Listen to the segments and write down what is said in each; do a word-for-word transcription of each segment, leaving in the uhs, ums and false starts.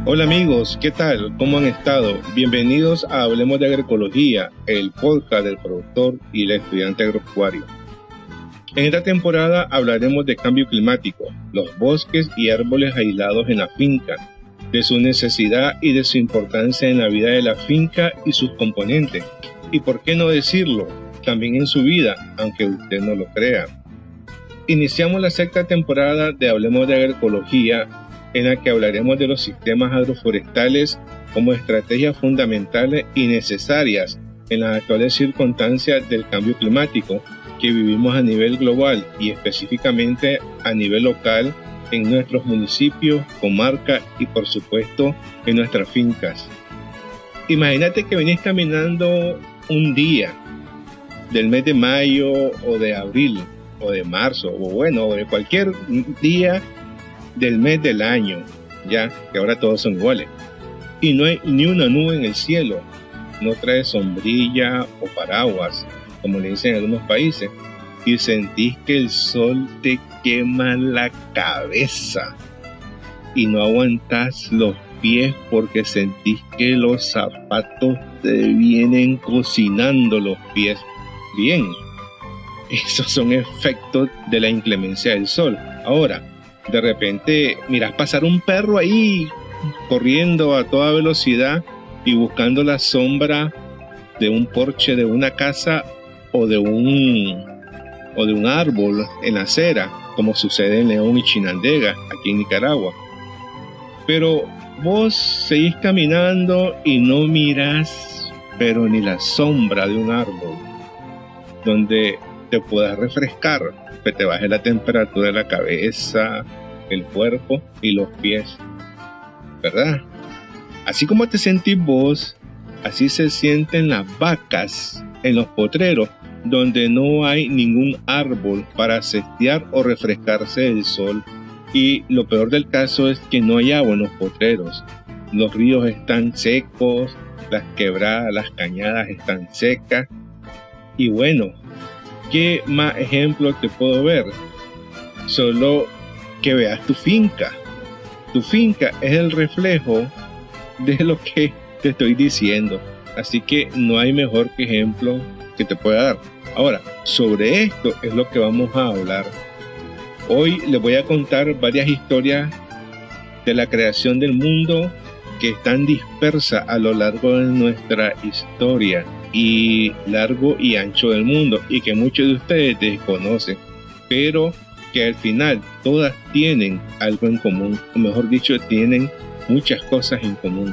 Hola amigos, ¿qué tal? ¿Cómo han estado? Bienvenidos a Hablemos de Agroecología, el podcast del productor y el estudiante agropecuario. En esta temporada hablaremos de cambio climático, los bosques y árboles aislados en la finca, de su necesidad y de su importancia en la vida de la finca y sus componentes, y por qué no decirlo, también en su vida, aunque usted no lo crea. Iniciamos la sexta temporada de Hablemos de Agroecología, en la que hablaremos de los sistemas agroforestales como estrategias fundamentales y necesarias en las actuales circunstancias del cambio climático que vivimos a nivel global y específicamente a nivel local en nuestros municipios, comarcas y por supuesto en nuestras fincas. Imagínate que venís caminando un día del mes de mayo o de abril o de marzo o bueno, o de cualquier día del mes del año, ya que ahora todos son iguales, y no hay ni una nube en el cielo, no trae sombrilla o paraguas, como le dicen en algunos países, y sentís que el sol te quema la cabeza y no aguantás los pies porque sentís que los zapatos te vienen cocinando los pies. Bien, esos son efectos de la inclemencia del sol. Ahora, de repente miras pasar un perro ahí corriendo a toda velocidad y buscando la sombra de un porche de una casa o de un o de un árbol en la acera, como sucede en León y Chinandega, aquí en Nicaragua. Pero vos seguís caminando y no mirás pero ni la sombra de un árbol donde te puedas refrescar, que te baje la temperatura de la cabeza, el cuerpo y los pies, ¿verdad? Así como te sentís vos, así se sienten las vacas en los potreros, donde no hay ningún árbol para sestear o refrescarse del sol. Y lo peor del caso es que no hay agua en los potreros. Los ríos están secos, las quebradas, las cañadas están secas. Y bueno, ¿qué más ejemplos te puedo ver? Solo que veas tu finca. Tu finca es el reflejo de lo que te estoy diciendo. Así que no hay mejor que ejemplo que te pueda dar. Ahora, sobre esto es lo que vamos a hablar. Hoy les voy a contar varias historias de la creación del mundo que están dispersas a lo largo de nuestra historia y largo y ancho del mundo y que muchos de ustedes desconocen, pero que al final todas tienen algo en común, o mejor dicho, tienen muchas cosas en común.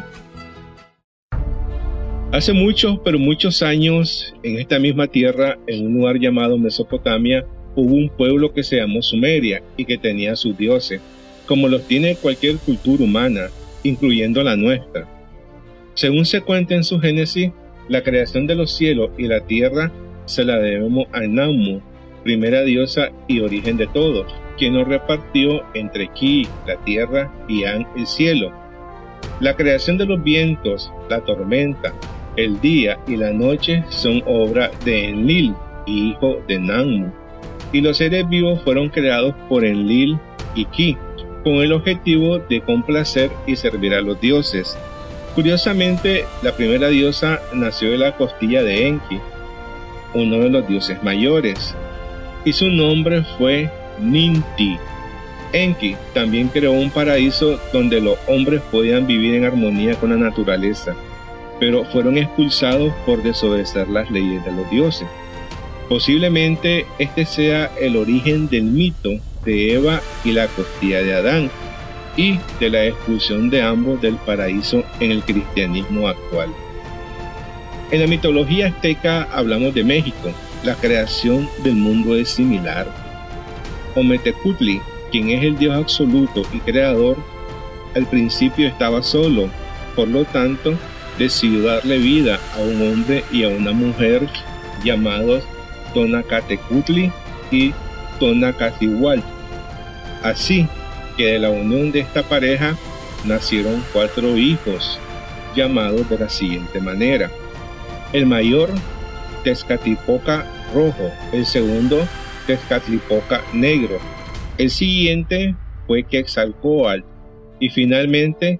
Hace muchos, pero muchos años, en esta misma tierra, en un lugar llamado Mesopotamia, hubo un pueblo que se llamó Sumeria y que tenía sus dioses, como los tiene cualquier cultura humana, incluyendo la nuestra. Según se cuenta en su Génesis, la creación de los cielos y la tierra se la debemos a Nammu, primera diosa y origen de todo, quien nos repartió entre Ki, la tierra, y An, el cielo. La creación de los vientos, la tormenta, el día y la noche son obra de Enlil, hijo de Nammu, y los seres vivos fueron creados por Enlil y Ki, con el objetivo de complacer y servir a los dioses. Curiosamente, la primera diosa nació de la costilla de Enki, uno de los dioses mayores, y su nombre fue Ninti. Enki también creó un paraíso donde los hombres podían vivir en armonía con la naturaleza, pero fueron expulsados por desobedecer las leyes de los dioses. Posiblemente este sea el origen del mito de Eva y la costilla de Adán, y de la expulsión de ambos del paraíso en el cristianismo actual. En la mitología azteca hablamos de México. La creación del mundo es similar. Ometecutli, quien es el Dios absoluto y creador, al principio estaba solo, por lo tanto decidió darle vida a un hombre y a una mujer llamados Tonacatecutli y Tonacacihuatl. Así que de la unión de esta pareja nacieron cuatro hijos, llamados de la siguiente manera. El mayor, Tezcatlipoca rojo, el segundo, Tezcatlipoca negro, el siguiente fue Quetzalcóatl y finalmente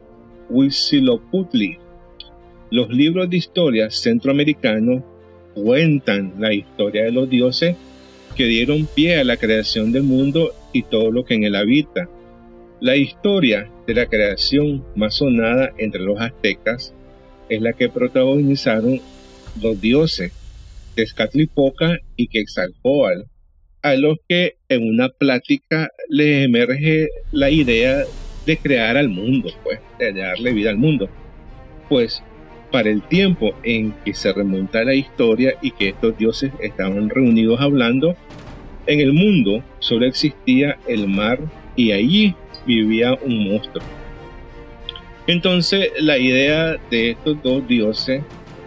Huitzilopochtli. Los libros de historia centroamericanos cuentan la historia de los dioses que dieron pie a la creación del mundo y todo lo que en él habita. La historia de la creación más sonada entre los aztecas es la que protagonizaron los dioses Tezcatlipoca y Quetzalcóatl, a los que en una plática les emerge la idea de crear al mundo, pues, de darle vida al mundo. Pues, para el tiempo en que se remonta la historia y que estos dioses estaban reunidos hablando, en el mundo solo existía el mar y allí vivía un monstruo. Entonces, la idea de estos dos dioses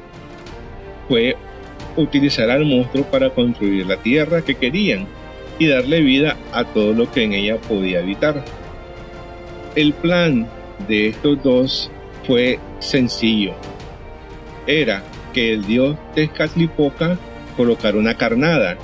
fue utilizar al monstruo para construir la tierra que querían y darle vida a todo lo que en ella podía habitar. El plan de estos dos fue sencillo. Era que el dios Tezcatlipoca colocara una carnada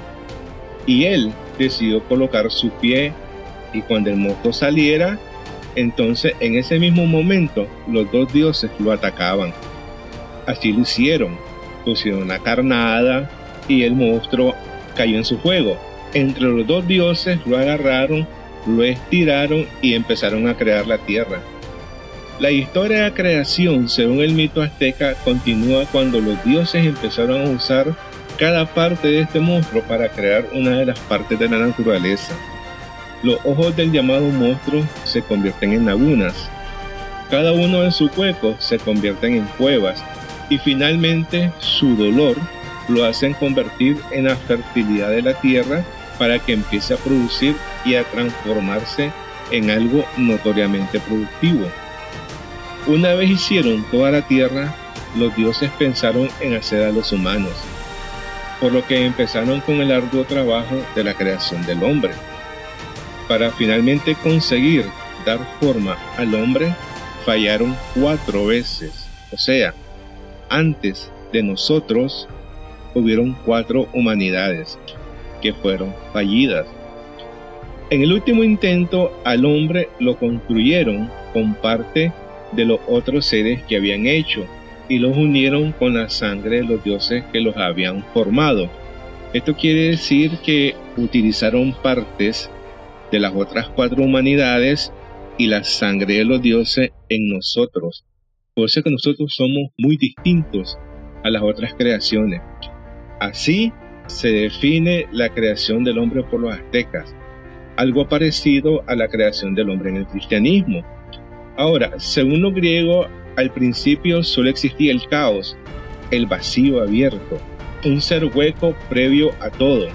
y él decidió colocar su pie, y cuando el monstruo saliera, entonces en ese mismo momento los dos dioses lo atacaban. Así lo hicieron, pusieron una carnada y el monstruo cayó en su juego. Entre los dos dioses lo agarraron, lo estiraron y empezaron a crear la tierra. La historia de la creación, según el mito azteca, continúa cuando los dioses empezaron a usar cada parte de este monstruo para crear una de las partes de la naturaleza. Los ojos del llamado monstruo se convierten en lagunas. Cada uno de sus huecos se convierten en cuevas y finalmente su dolor lo hacen convertir en la fertilidad de la tierra para que empiece a producir y a transformarse en algo notoriamente productivo. Una vez hicieron toda la tierra, los dioses pensaron en hacer a los humanos, por lo que empezaron con el arduo trabajo de la creación del hombre. Para finalmente conseguir dar forma al hombre, fallaron cuatro veces. O sea, antes de nosotros hubieron cuatro humanidades que fueron fallidas. En el último intento, al hombre lo construyeron con parte de los otros seres que habían hecho y los unieron con la sangre de los dioses que los habían formado. Esto quiere decir que utilizaron partes de las otras cuatro humanidades y la sangre de los dioses en nosotros. Por eso es que nosotros somos muy distintos a las otras creaciones. Así se define la creación del hombre por los aztecas, algo parecido a la creación del hombre en el cristianismo. Ahora, según los griegos, al principio solo existía el caos, el vacío abierto, un ser hueco previo a todo,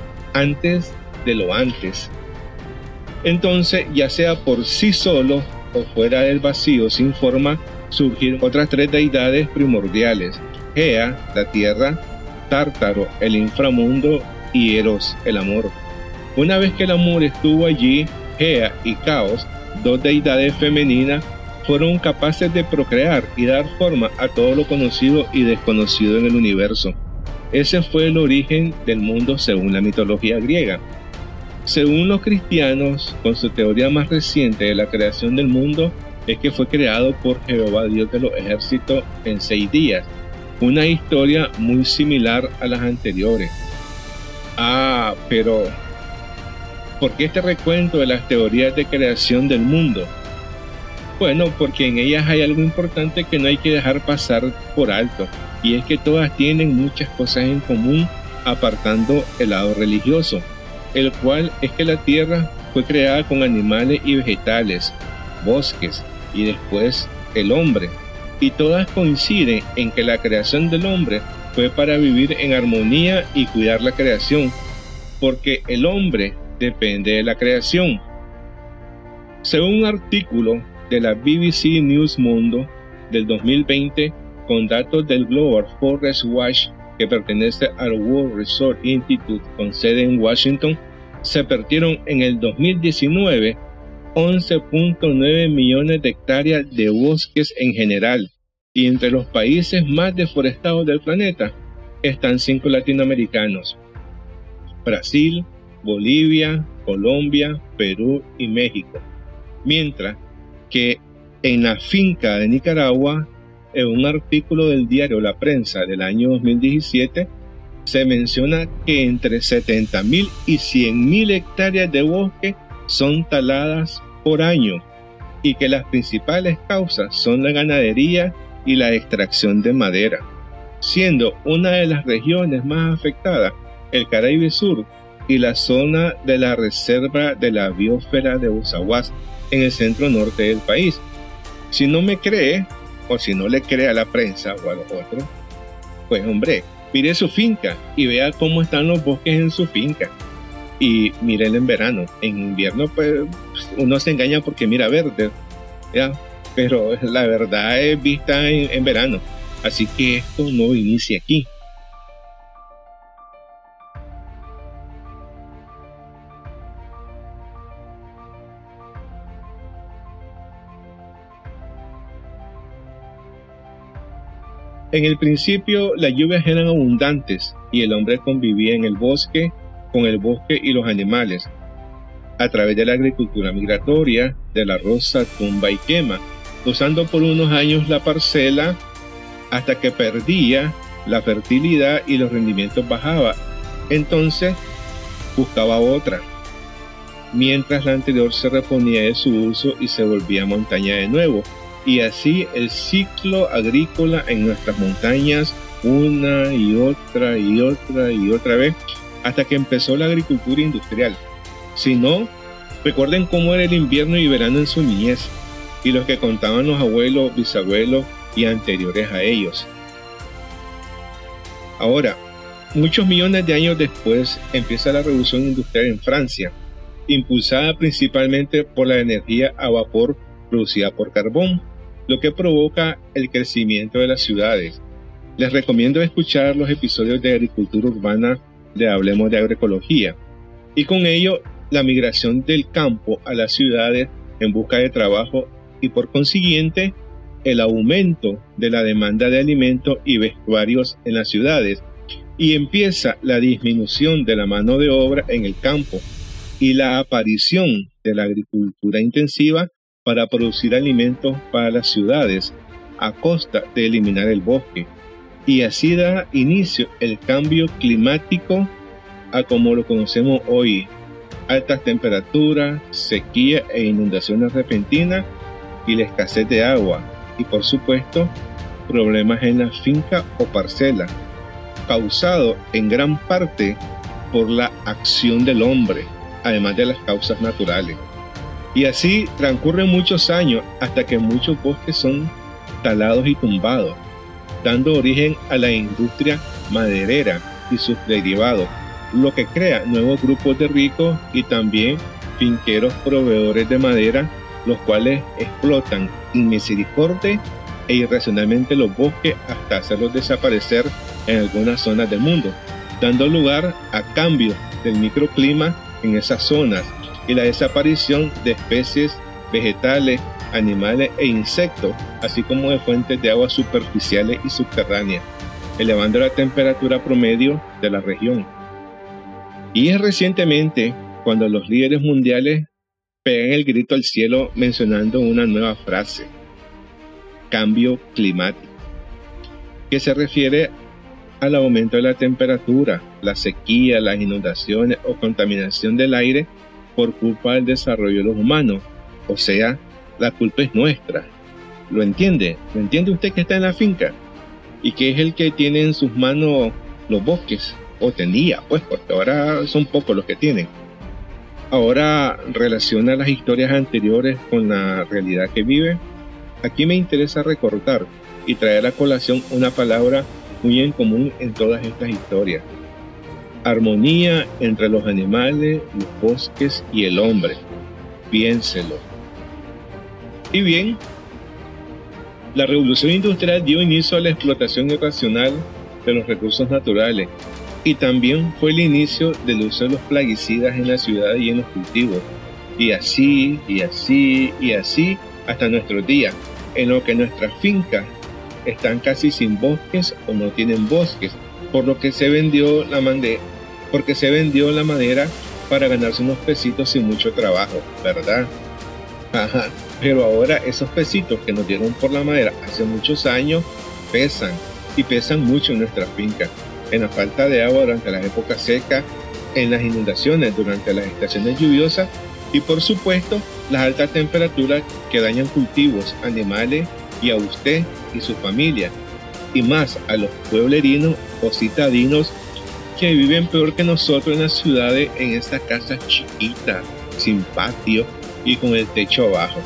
antes de lo antes. Entonces, ya sea por sí solo o fuera del vacío sin forma, surgieron otras tres deidades primordiales: Gea, la tierra; Tártaro, el inframundo; y Eros, el amor. Una vez que el amor estuvo allí, Gea y Caos, dos deidades femeninas, fueron capaces de procrear y dar forma a todo lo conocido y desconocido en el universo. Ese fue el origen del mundo según la mitología griega. Según los cristianos, con su teoría más reciente de la creación del mundo, es que fue creado por Jehová, Dios de los ejércitos, en seis días. Una historia muy similar a las anteriores. Ah, pero ¿por qué este recuento de las teorías de creación del mundo? Bueno, porque en ellas hay algo importante que no hay que dejar pasar por alto, y es que todas tienen muchas cosas en común, apartando el lado religioso, el cual es que la tierra fue creada con animales y vegetales, bosques y después el hombre, y todas coinciden en que la creación del hombre fue para vivir en armonía y cuidar la creación, porque el hombre depende de la creación. Según un artículo de la B B C News Mundo del dos mil veinte, con datos del Global Forest Watch, que pertenece al World Resource Institute con sede en Washington, se perdieron en el dos mil diecinueve once punto nueve millones de hectáreas de bosques en general, y entre los países más deforestados del planeta están cinco latinoamericanos: Brasil, Bolivia, Colombia, Perú y México, mientras que En la finca de Nicaragua, en un artículo del diario La Prensa del año dos mil diecisiete, se menciona que entre setenta mil y cien mil hectáreas de bosque son taladas por año y que las principales causas son la ganadería y la extracción de madera, siendo una de las regiones más afectadas el Caribe Sur y la zona de la Reserva de la Biosfera de Usahuas en el centro norte del país. Si no me cree, o si no le cree a la prensa o a los otros, pues hombre, mire su finca y vea cómo están los bosques en su finca. Y mírenlo en verano. En invierno, pues, uno se engaña porque mira verde, ¿ya? Pero la verdad es vista en, en verano. Así que esto no inicia aquí. En el principio las lluvias eran abundantes y el hombre convivía en el bosque, con el bosque y los animales, a través de la agricultura migratoria, de la roza, tumba y quema, usando por unos años la parcela hasta que perdía la fertilidad y los rendimientos bajaban. Entonces buscaba otra, mientras la anterior se reponía de su uso y se volvía montaña de nuevo. Y así el ciclo agrícola en nuestras montañas, una y otra y otra y otra vez, hasta que empezó la agricultura industrial. Si no, recuerden cómo era el invierno y verano en su niñez, y los que contaban los abuelos, bisabuelos y anteriores a ellos. Ahora, muchos millones de años después, empieza la revolución industrial en Francia, impulsada principalmente por la energía a vapor producida por carbón, lo que provoca el crecimiento de las ciudades. Les recomiendo escuchar los episodios de agricultura urbana de Hablemos de Agroecología, y con ello la migración del campo a las ciudades en busca de trabajo y por consiguiente el aumento de la demanda de alimentos y vestuarios en las ciudades, y empieza la disminución de la mano de obra en el campo y la aparición de la agricultura intensiva para producir alimentos para las ciudades a costa de eliminar el bosque. Y así da inicio el cambio climático a como lo conocemos hoy: altas temperaturas, sequía e inundaciones repentinas y la escasez de agua, y por supuesto problemas en la finca o parcela, causado en gran parte por la acción del hombre, además de las causas naturales. Y así transcurren muchos años hasta que muchos bosques son talados y tumbados, dando origen a la industria maderera y sus derivados, lo que crea nuevos grupos de ricos y también finqueros proveedores de madera, los cuales explotan sin misericordia e irracionalmente los bosques hasta hacerlos desaparecer en algunas zonas del mundo, dando lugar a cambios del microclima en esas zonas y la desaparición de especies vegetales, animales e insectos, así como de fuentes de agua superficiales y subterráneas, elevando la temperatura promedio de la región. Y es recientemente cuando los líderes mundiales pegan el grito al cielo mencionando una nueva frase: cambio climático, que se refiere al aumento de la temperatura, la sequía, las inundaciones o contaminación del aire por culpa del desarrollo de los humanos. O sea, la culpa es nuestra. ¿Lo entiende? ¿Lo entiende usted que está en la finca? Y que es el que tiene en sus manos los bosques, o tenía, pues, porque ahora son pocos los que tienen. Ahora relaciona las historias anteriores con la realidad que vive. Aquí me interesa recordar y traer a colación una palabra muy en común en todas estas historias: armonía entre los animales, los bosques y el hombre. Piénselo. Y bien, la revolución industrial dio inicio a la explotación irracional de los recursos naturales y también fue el inicio del uso de los plaguicidas en la ciudad y en los cultivos. Y así, y así, y así hasta nuestros días, en lo que nuestras fincas están casi sin bosques o no tienen bosques, por lo que se vendió la madera, porque se vendió la madera para ganarse unos pesitos sin mucho trabajo, ¿verdad? Ajá, pero ahora esos pesitos que nos dieron por la madera hace muchos años pesan y pesan mucho en nuestra finca, en la falta de agua durante las épocas secas, en las inundaciones durante las estaciones lluviosas y por supuesto las altas temperaturas que dañan cultivos, animales y a usted y su familia, y más a los pueblerinos o citadinos que viven peor que nosotros en las ciudades, en esas casas chiquitas, sin patio y con el techo abajo.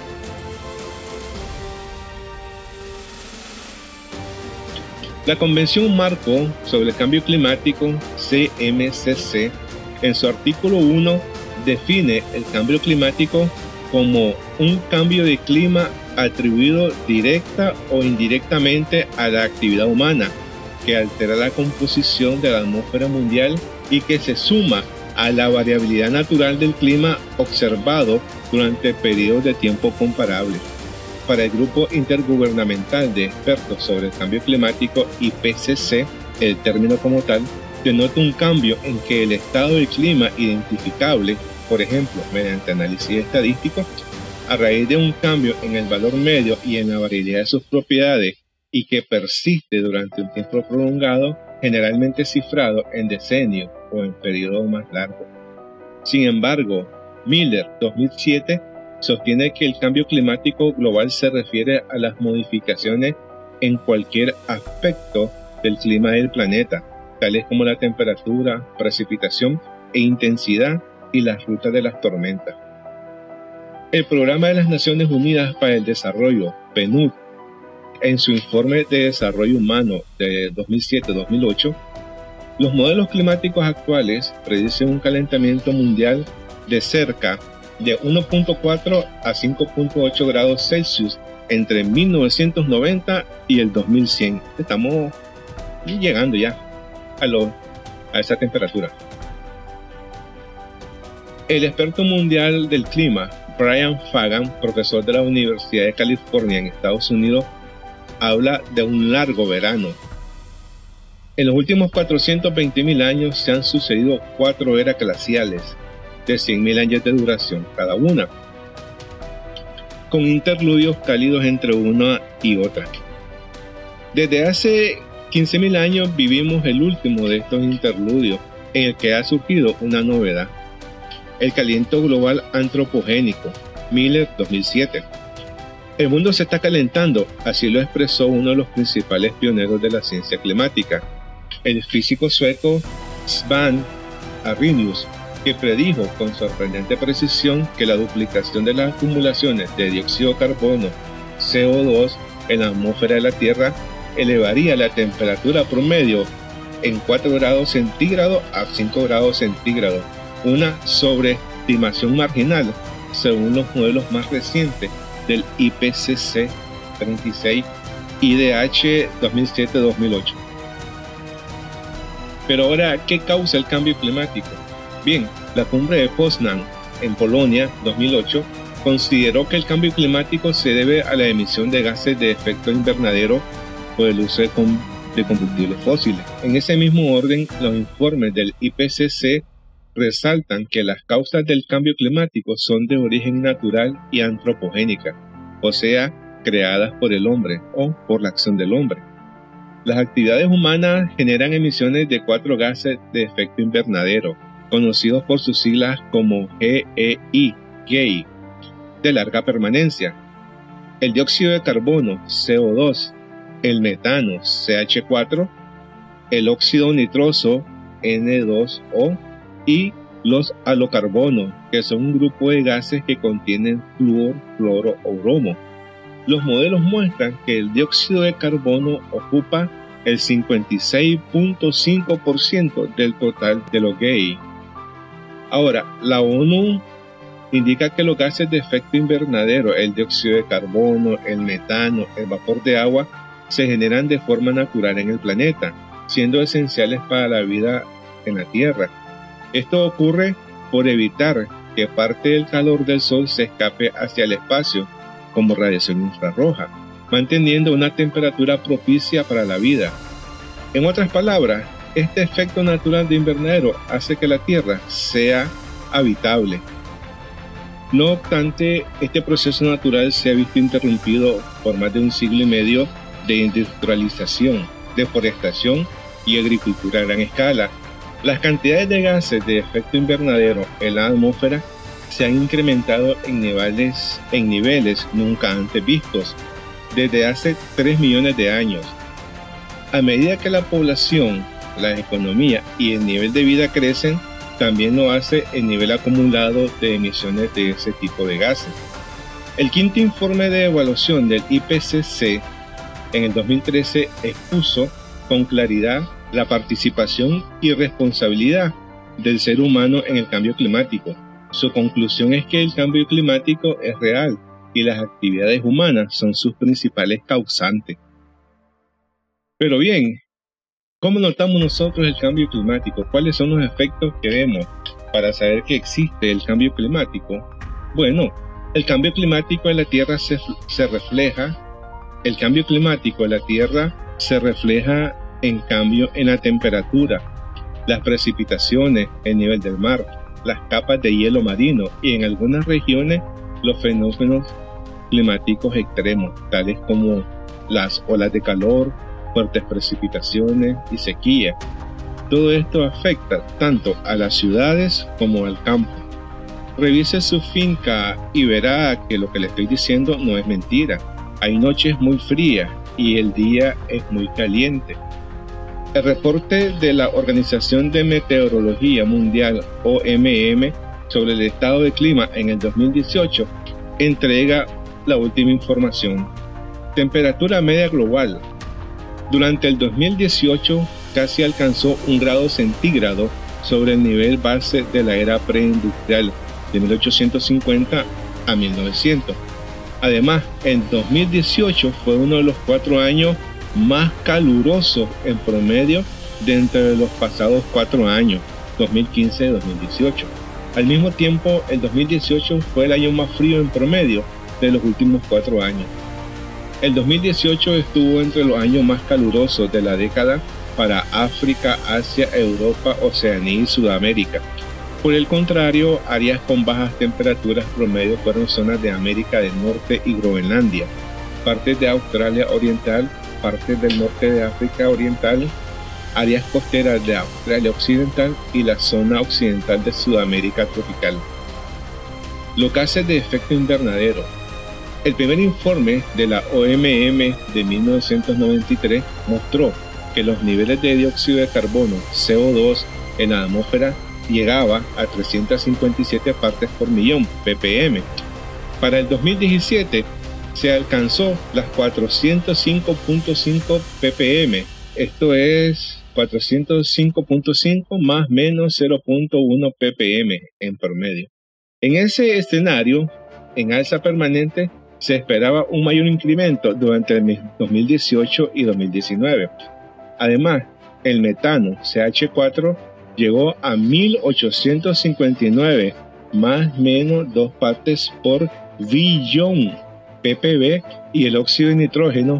La Convención Marco sobre el Cambio Climático, C M C C, en su artículo uno define el cambio climático como un cambio de clima atribuido directa o indirectamente a la actividad humana, que altera la composición de la atmósfera mundial y que se suma a la variabilidad natural del clima observado durante periodos de tiempo comparables. Para el Grupo Intergubernamental de Expertos sobre el Cambio Climático, I P C C, el término como tal, denota un cambio en que el estado del clima identificable, por ejemplo, mediante análisis estadístico, a raíz de un cambio en el valor medio y en la variabilidad de sus propiedades y que persiste durante un tiempo prolongado, generalmente cifrado en decenios o en periodos más largos. Sin embargo, Miller, dos mil siete, sostiene que el cambio climático global se refiere a las modificaciones en cualquier aspecto del clima del planeta, tales como la temperatura, precipitación e intensidad y las rutas de las tormentas. El Programa de las Naciones Unidas para el Desarrollo, P N U D, en su informe de desarrollo humano de dos mil siete a dos mil ocho, los modelos climáticos actuales predicen un calentamiento mundial de cerca de uno punto cuatro a cinco punto ocho grados Celsius entre mil novecientos noventa y el dos mil cien. Estamos llegando ya a, lo, a esa temperatura. El experto mundial del clima, Brian Fagan, profesor de la Universidad de California en Estados Unidos, habla de un largo verano. En los últimos cuatrocientos veinte mil años se han sucedido cuatro eras glaciales de cien mil años de duración cada una, con interludios cálidos entre una y otra. Desde hace quince mil años vivimos el último de estos interludios, en el que ha surgido una novedad: el calentamiento global antropogénico, Miller dos mil siete. El mundo se está calentando, así lo expresó uno de los principales pioneros de la ciencia climática, el físico sueco Svan Arrhenius, que predijo con sorprendente precisión que la duplicación de las acumulaciones de dióxido de carbono, C O dos, en la atmósfera de la Tierra elevaría la temperatura promedio en cuatro grados centígrados a cinco grados centígrados, una sobreestimación marginal según los modelos más recientes del I P C C treinta y seis I D H dos mil siete a dos mil ocho. Pero ahora, ¿qué causa el cambio climático? Bien, la cumbre de Poznan en Polonia dos mil ocho consideró que el cambio climático se debe a la emisión de gases de efecto invernadero por el uso de, com- de combustibles fósiles. En ese mismo orden, los informes del I P C C resaltan que las causas del cambio climático son de origen natural y antropogénica, o sea, creadas por el hombre o por la acción del hombre. Las actividades humanas generan emisiones de cuatro gases de efecto invernadero, conocidos por sus siglas como G E I, G E I, de larga permanencia: el dióxido de carbono, C O dos, el metano, C H cuatro, el óxido nitroso, N dos O, y los halocarbonos, que son un grupo de gases que contienen flúor, cloro o bromo. Los modelos muestran que el dióxido de carbono ocupa el cincuenta y seis punto cinco por ciento del total de los G E I. Ahora, la ONU indica que los gases de efecto invernadero, el dióxido de carbono, el metano, el vapor de agua, se generan de forma natural en el planeta, siendo esenciales para la vida en la Tierra. Esto ocurre por evitar que parte del calor del Sol se escape hacia el espacio como radiación infrarroja, manteniendo una temperatura propicia para la vida. En otras palabras, este efecto natural de invernadero hace que la Tierra sea habitable. No obstante, este proceso natural se ha visto interrumpido por más de un siglo y medio de industrialización, deforestación y agricultura a gran escala. Las cantidades de gases de efecto invernadero en la atmósfera se han incrementado en niveles, en niveles nunca antes vistos, desde hace tres millones de años. A medida que la población, la economía y el nivel de vida crecen, también lo hace el nivel acumulado de emisiones de ese tipo de gases. El quinto informe de evaluación del I P C C en el dos mil trece expuso con claridad la participación y responsabilidad del ser humano en el cambio climático. Su conclusión es que el cambio climático es real y las actividades humanas son sus principales causantes. Pero bien, ¿cómo notamos nosotros el cambio climático? ¿Cuáles son los efectos que vemos para saber que existe el cambio climático? Bueno, el cambio climático en la Tierra se, se refleja, el cambio climático en la Tierra se refleja en cambio en la temperatura, las precipitaciones, el nivel del mar, las capas de hielo marino y en algunas regiones los fenómenos climáticos extremos, tales como las olas de calor, fuertes precipitaciones y sequía. Todo esto afecta tanto a las ciudades como al campo. Revise su finca y verá que lo que le estoy diciendo no es mentira. Hay noches muy frías y el día es muy caliente. El reporte de la Organización de Meteorología Mundial, O M M, sobre el estado del clima en el dos mil dieciocho entrega la última información. Temperatura media global. Durante el dos mil dieciocho casi alcanzó un grado centígrado sobre el nivel base de la era preindustrial de mil ochocientos cincuenta a mil novecientos. Además, en dos mil dieciocho fue uno de los cuatro años más calurosos en promedio de entre los pasados cuatro años, dos mil quince y dos mil dieciocho. Al mismo tiempo, el dos mil dieciocho fue el año más frío en promedio de los últimos cuatro años. El dos mil dieciocho estuvo entre los años más calurosos de la década para África, Asia, Europa, Oceanía y Sudamérica. Por el contrario, áreas con bajas temperaturas promedio fueron zonas de América del Norte y Groenlandia, partes de Australia Oriental, partes del norte de África Oriental, áreas costeras de Australia Occidental y la zona occidental de Sudamérica tropical. Los gases de efecto invernadero. El primer informe de la O M M de mil novecientos noventa y tres mostró que los niveles de dióxido de carbono, C O dos, en la atmósfera llegaba a trescientas cincuenta y siete partes por millón, ppm. Para el dos mil diecisiete se alcanzó las cuatrocientos cinco punto cinco ppm, esto es cuatrocientos cinco punto cinco más menos cero punto uno ppm en promedio. En ese escenario, en alza permanente, se esperaba un mayor incremento durante el dos mil dieciocho y dos mil diecinueve. Además, el metano C H cuatro llegó a mil ochocientos cincuenta y nueve más menos dos partes por billón ppb y el óxido de nitrógeno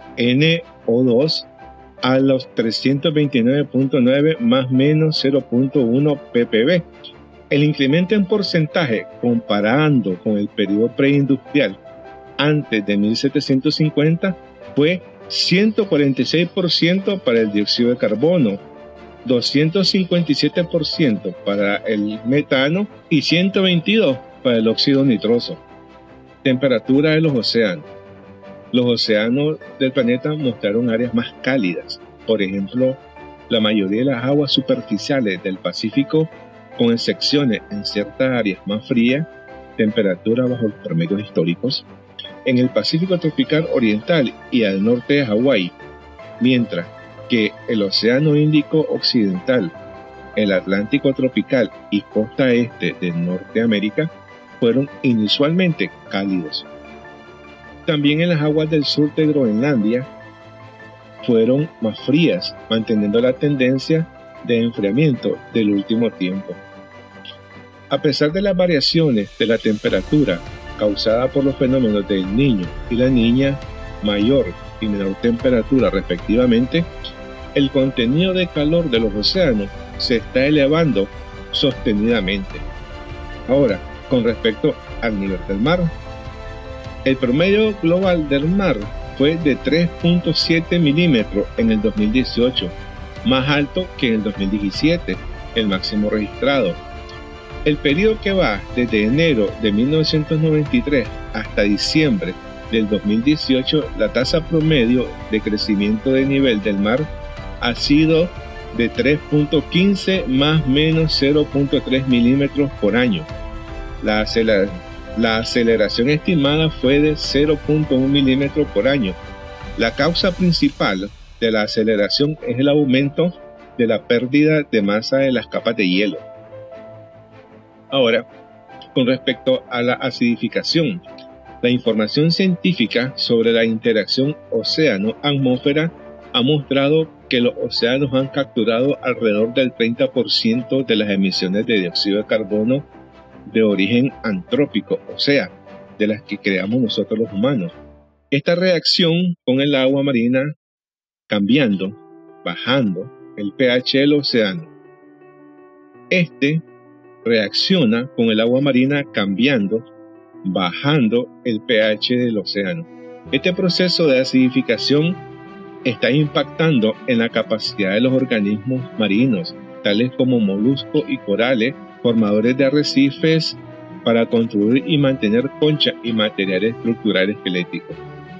N O dos a los trescientos veintinueve punto nueve más menos cero punto uno ppb. El incremento en porcentaje comparando con el periodo preindustrial antes de mil setecientos cincuenta fue ciento cuarenta y seis por ciento para el dióxido de carbono, doscientos cincuenta y siete por ciento para el metano y ciento veintidós por ciento para el óxido nitroso. Temperatura de los océanos. Los océanos del planeta mostraron áreas más cálidas. Por ejemplo, la mayoría de las aguas superficiales del Pacífico, con excepciones en ciertas áreas más frías, temperatura bajo los promedios históricos, en el Pacífico tropical oriental y al norte de Hawái, mientras que el Océano Índico occidental, el Atlántico tropical y costa este de Norteamérica fueron inusualmente cálidos. También en las aguas del sur de Groenlandia fueron más frías, manteniendo la tendencia de enfriamiento del último tiempo. A pesar de las variaciones de la temperatura causada por los fenómenos del Niño y la Niña, mayor y menor temperatura respectivamente, el contenido de calor de los océanos se está elevando sostenidamente. Ahora, Con respecto al nivel del mar, el promedio global del mar fue de tres punto siete milímetros en el dos mil dieciocho, más alto que en el dos mil diecisiete, el máximo registrado. El periodo que va desde enero de mil novecientos noventa y tres hasta diciembre del dos mil dieciocho, la tasa promedio de crecimiento de nivel del mar ha sido de tres punto quince más menos cero punto tres milímetros por año. La, aceler la aceleración estimada fue de cero punto uno milímetros por año. La causa principal de la aceleración es el aumento de la pérdida de masa de las capas de hielo. Ahora, con respecto a la acidificación, la información científica sobre la interacción océano-atmósfera ha mostrado que los océanos han capturado alrededor del treinta por ciento de las emisiones de dióxido de carbono de origen antrópico, o sea, de las que creamos nosotros los humanos. Esta reacción con el agua marina cambiando, bajando el pH del océano. Este reacciona con el agua marina cambiando, bajando el pH del océano. Este proceso de acidificación está impactando en la capacidad de los organismos marinos, tales como moluscos y corales, formadores de arrecifes, para construir y mantener conchas y materiales estructurales esqueléticos.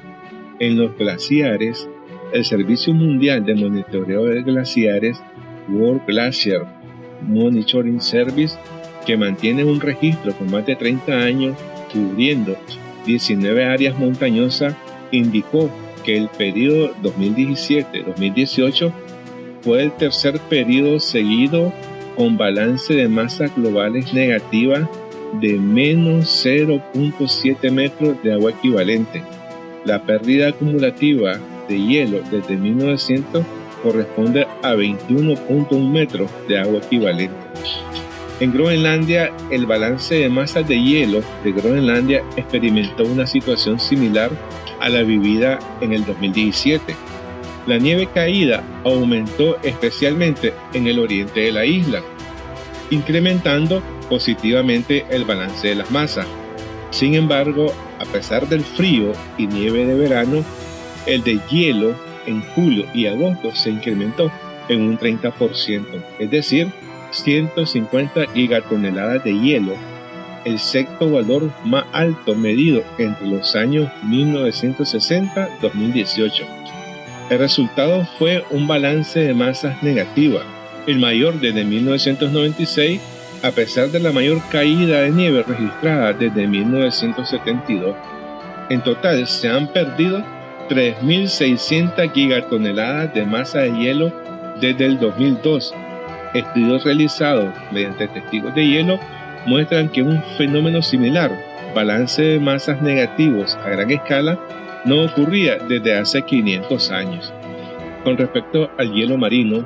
En los glaciares, el Servicio Mundial de Monitoreo de Glaciares, World Glacier Monitoring Service, que mantiene un registro por más de treinta años cubriendo diecinueve áreas montañosas, indicó que el periodo dos mil diecisiete a dos mil dieciocho fue el tercer periodo seguido con balance de masas globales negativa de menos cero punto siete metros de agua equivalente. La pérdida acumulativa de hielo desde mil novecientos corresponde a veintiuno punto uno metros de agua equivalente. En Groenlandia, el balance de masas de hielo de Groenlandia experimentó una situación similar a la vivida en el dos mil diecisiete. La nieve caída aumentó especialmente en el oriente de la isla, incrementando positivamente el balance de las masas. Sin embargo, a pesar del frío y nieve de verano, el de hielo en julio y agosto se incrementó en un treinta por ciento, es decir, ciento cincuenta gigatoneladas de hielo, el sexto valor más alto medido entre los años mil novecientos sesenta a dos mil dieciocho. El resultado fue un balance de masas negativa, el mayor desde mil novecientos noventa y seis, a pesar de la mayor caída de nieve registrada desde mil novecientos setenta y dos. En total se han perdido tres mil seiscientas gigatoneladas de masa de hielo desde el dos mil dos. Estudios realizados mediante testigos de hielo muestran que un fenómeno similar, balance de masas negativos a gran escala, no ocurría desde hace quinientos años. Con respecto al hielo marino,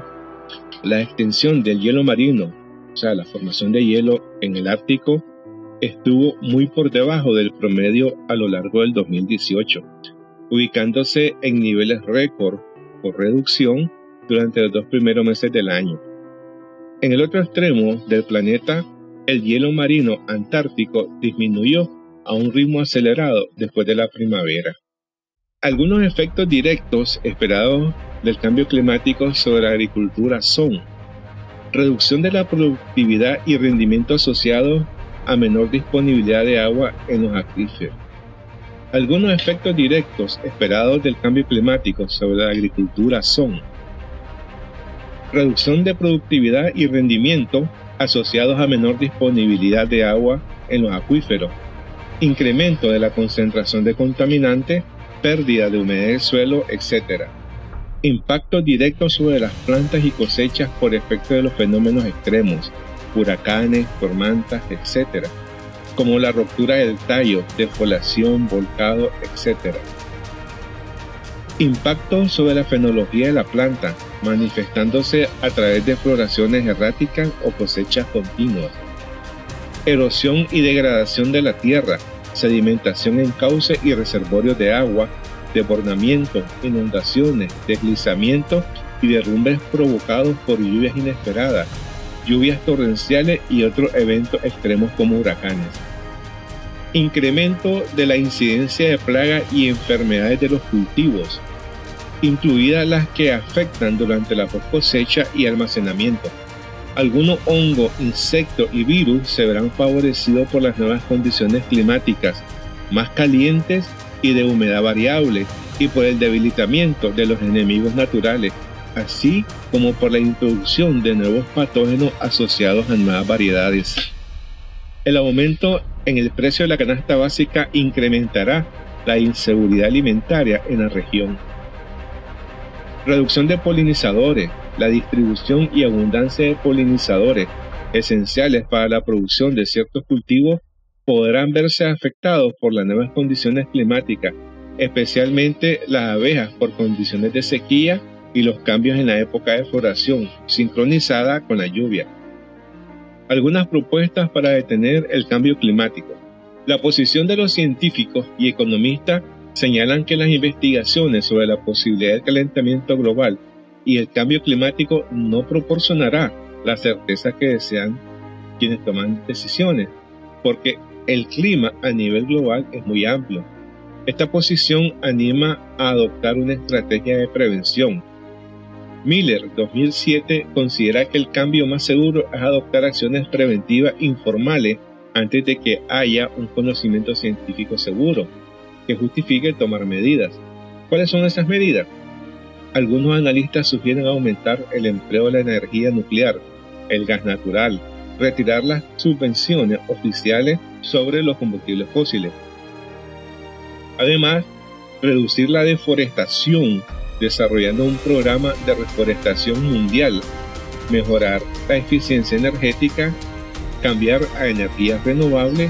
la extensión del hielo marino, o sea, la formación de hielo en el Ártico, estuvo muy por debajo del promedio a lo largo del dos mil dieciocho, ubicándose en niveles récord por reducción durante los dos primeros meses del año. En el otro extremo del planeta, el hielo marino antártico disminuyó a un ritmo acelerado después de la primavera. Algunos efectos directos esperados del cambio climático sobre la agricultura son reducción de la productividad y rendimiento asociados a menor disponibilidad de agua en los acuíferos. Algunos efectos directos esperados del cambio climático sobre la agricultura son reducción de productividad y rendimiento asociados a menor disponibilidad de agua en los acuíferos, incremento de la concentración de contaminantes, pérdida de humedad del suelo, etcétera. Impacto directo sobre las plantas y cosechas por efecto de los fenómenos extremos, huracanes, tormentas, etcétera, como la ruptura del tallo, defoliación, volcado, etcétera. Impacto sobre la fenología de la planta, manifestándose a través de floraciones erráticas o cosechas continuas. Erosión y degradación de la tierra, sedimentación en cauces y reservorios de agua, desbordamiento, inundaciones, deslizamientos y derrumbes provocados por lluvias inesperadas, lluvias torrenciales y otros eventos extremos como huracanes. Incremento de la incidencia de plagas y enfermedades de los cultivos, incluidas las que afectan durante la post cosecha y almacenamiento. Algunos hongos, insectos y virus se verán favorecidos por las nuevas condiciones climáticas más calientes y de humedad variable, y por el debilitamiento de los enemigos naturales, así como por la introducción de nuevos patógenos asociados a nuevas variedades. El aumento en el precio de la canasta básica incrementará la inseguridad alimentaria en la región. Reducción de polinizadores. La distribución y abundancia de polinizadores esenciales para la producción de ciertos cultivos podrán verse afectados por las nuevas condiciones climáticas, especialmente las abejas por condiciones de sequía y los cambios en la época de floración, sincronizada con la lluvia. Algunas propuestas para detener el cambio climático. La posición de los científicos y economistas señalan que las investigaciones sobre la posibilidad del calentamiento global y el cambio climático no proporcionará la certeza que desean quienes toman decisiones, porque el clima a nivel global es muy amplio. Esta posición anima a adoptar una estrategia de prevención. Miller, dos mil siete, considera que el cambio más seguro es adoptar acciones preventivas informales antes de que haya un conocimiento científico seguro que justifique tomar medidas. ¿Cuáles son esas medidas? Algunos analistas sugieren aumentar el empleo de la energía nuclear, el gas natural, retirar las subvenciones oficiales sobre los combustibles fósiles. Además, reducir la deforestación desarrollando un programa de reforestación mundial, mejorar la eficiencia energética, cambiar a energías renovables,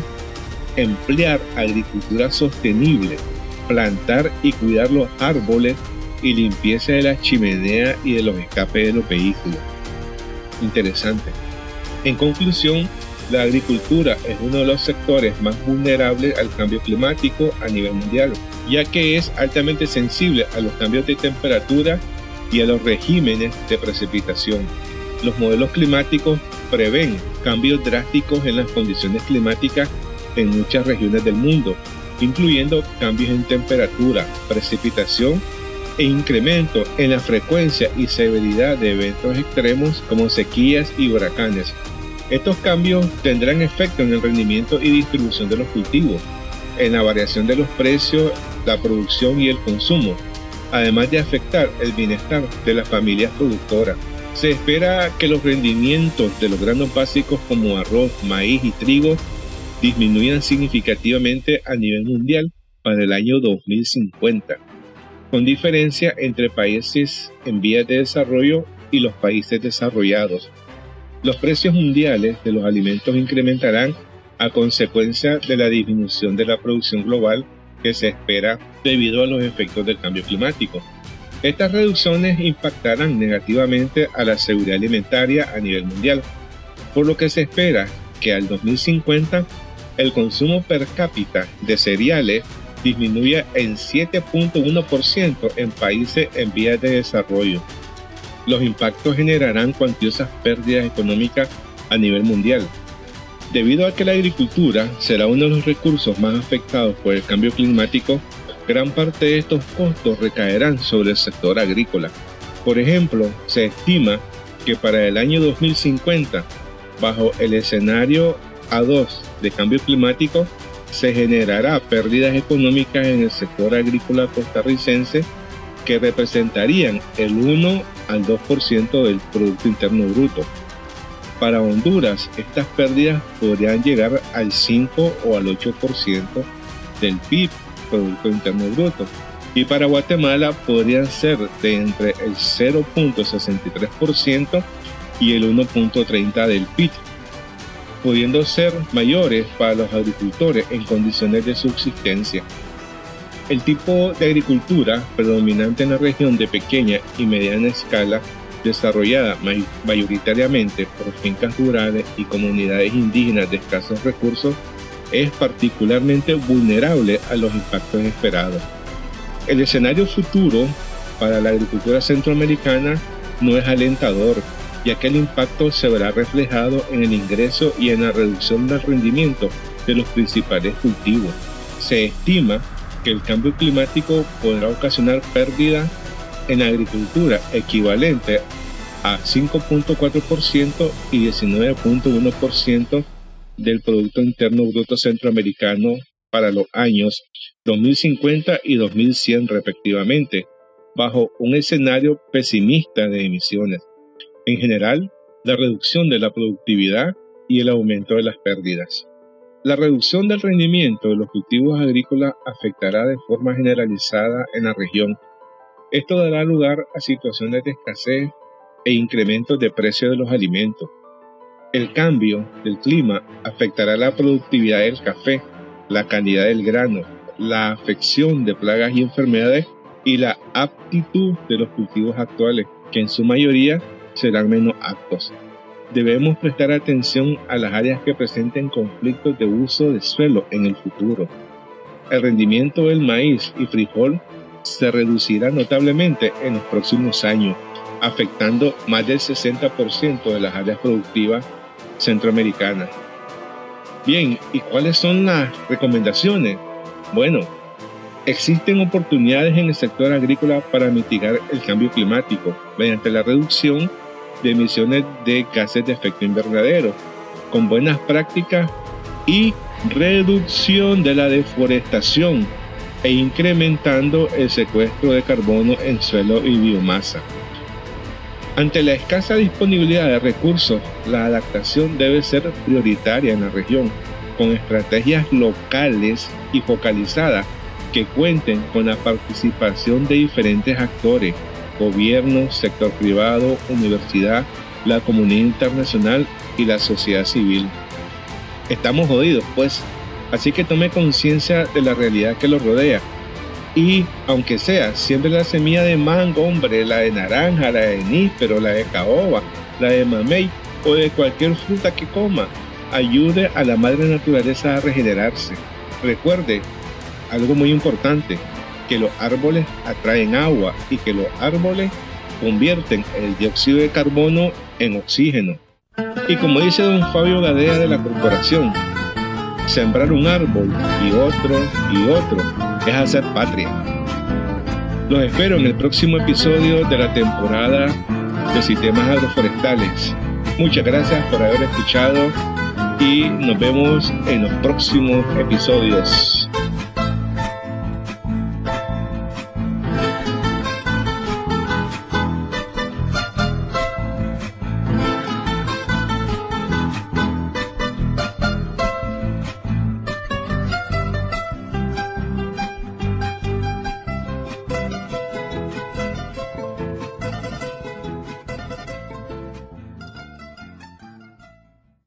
emplear agricultura sostenible, plantar y cuidar los árboles y limpieza de las chimeneas y de los escapes de los vehículos. Interesante. En conclusión, la agricultura es uno de los sectores más vulnerables al cambio climático a nivel mundial, ya que es altamente sensible a los cambios de temperatura y a los regímenes de precipitación. Los modelos climáticos prevén cambios drásticos en las condiciones climáticas en muchas regiones del mundo, incluyendo cambios en temperatura, precipitación e incremento en la frecuencia y severidad de eventos extremos como sequías y huracanes. Estos cambios tendrán efecto en el rendimiento y distribución de los cultivos, en la variación de los precios, la producción y el consumo, además de afectar el bienestar de las familias productoras. Se espera que los rendimientos de los granos básicos como arroz, maíz y trigo disminuyan significativamente a nivel mundial para el año dos mil cincuenta, con diferencia entre países en vías de desarrollo y los países desarrollados. Los precios mundiales de los alimentos incrementarán a consecuencia de la disminución de la producción global que se espera debido a los efectos del cambio climático. Estas reducciones impactarán negativamente a la seguridad alimentaria a nivel mundial, por lo que se espera que al dos mil cincuenta el consumo per cápita de cereales disminuya en siete punto uno por ciento en países en vías de desarrollo. Los impactos generarán cuantiosas pérdidas económicas a nivel mundial. Debido a que la agricultura será uno de los recursos más afectados por el cambio climático, gran parte de estos costos recaerán sobre el sector agrícola. Por ejemplo, se estima que para el año dos mil cincuenta, bajo el escenario A dos de cambio climático, se generará pérdidas económicas en el sector agrícola costarricense que representarían el uno al dos por ciento del Producto Interno Bruto. Para Honduras, estas pérdidas podrían llegar al cinco o al ocho por ciento del P I B, Producto Interno Bruto, y para Guatemala podrían ser de entre el cero punto sesenta y tres por ciento y el uno punto treinta por ciento del P I B, pudiendo ser mayores para los agricultores en condiciones de subsistencia. El tipo de agricultura predominante en la región de pequeña y mediana escala, desarrollada mayoritariamente por fincas rurales y comunidades indígenas de escasos recursos, es particularmente vulnerable a los impactos esperados. El escenario futuro para la agricultura centroamericana no es alentador, ya que el impacto se verá reflejado en el ingreso y en la reducción del rendimiento de los principales cultivos. Se estima que el cambio climático podrá ocasionar pérdidas en agricultura equivalente a cinco punto cuatro por ciento y diecinueve punto uno por ciento del Producto Interno Bruto Centroamericano para los años dos mil cincuenta y dos mil cien respectivamente, bajo un escenario pesimista de emisiones. En general, la reducción de la productividad y el aumento de las pérdidas. La reducción del rendimiento de los cultivos agrícolas afectará de forma generalizada en la región. Esto dará lugar a situaciones de escasez e incrementos de precio de los alimentos. El cambio del clima afectará la productividad del café, la calidad del grano, la afección de plagas y enfermedades y la aptitud de los cultivos actuales, que en su mayoría serán menos aptos. Debemos prestar atención a las áreas que presenten conflictos de uso de suelo en el futuro. El rendimiento del maíz y frijol se reducirá notablemente en los próximos años, afectando más del sesenta por ciento de las áreas productivas centroamericanas. Bien, ¿y cuáles son las recomendaciones? Bueno, existen oportunidades en el sector agrícola para mitigar el cambio climático mediante la reducción de emisiones de gases de efecto invernadero, con buenas prácticas y reducción de la deforestación e incrementando el secuestro de carbono en suelo y biomasa. Ante la escasa disponibilidad de recursos, la adaptación debe ser prioritaria en la región, con estrategias locales y focalizadas que cuenten con la participación de diferentes actores: gobierno, sector privado, universidad, la comunidad internacional y la sociedad civil. Estamos jodidos, pues, así que tome conciencia de la realidad que lo rodea. Y, aunque sea, siembre la semilla de mango, hombre, la de naranja, la de níspero, la de caoba, la de mamey o de cualquier fruta que coma. Ayude a la madre naturaleza a regenerarse. Recuerde algo muy importante, que los árboles atraen agua y que los árboles convierten el dióxido de carbono en oxígeno. Y como dice don Fabio Gadea de la corporación, sembrar un árbol y otro y otro es hacer patria. Los espero en el próximo episodio de la temporada de Sistemas Agroforestales. Muchas gracias por haber escuchado y nos vemos en los próximos episodios.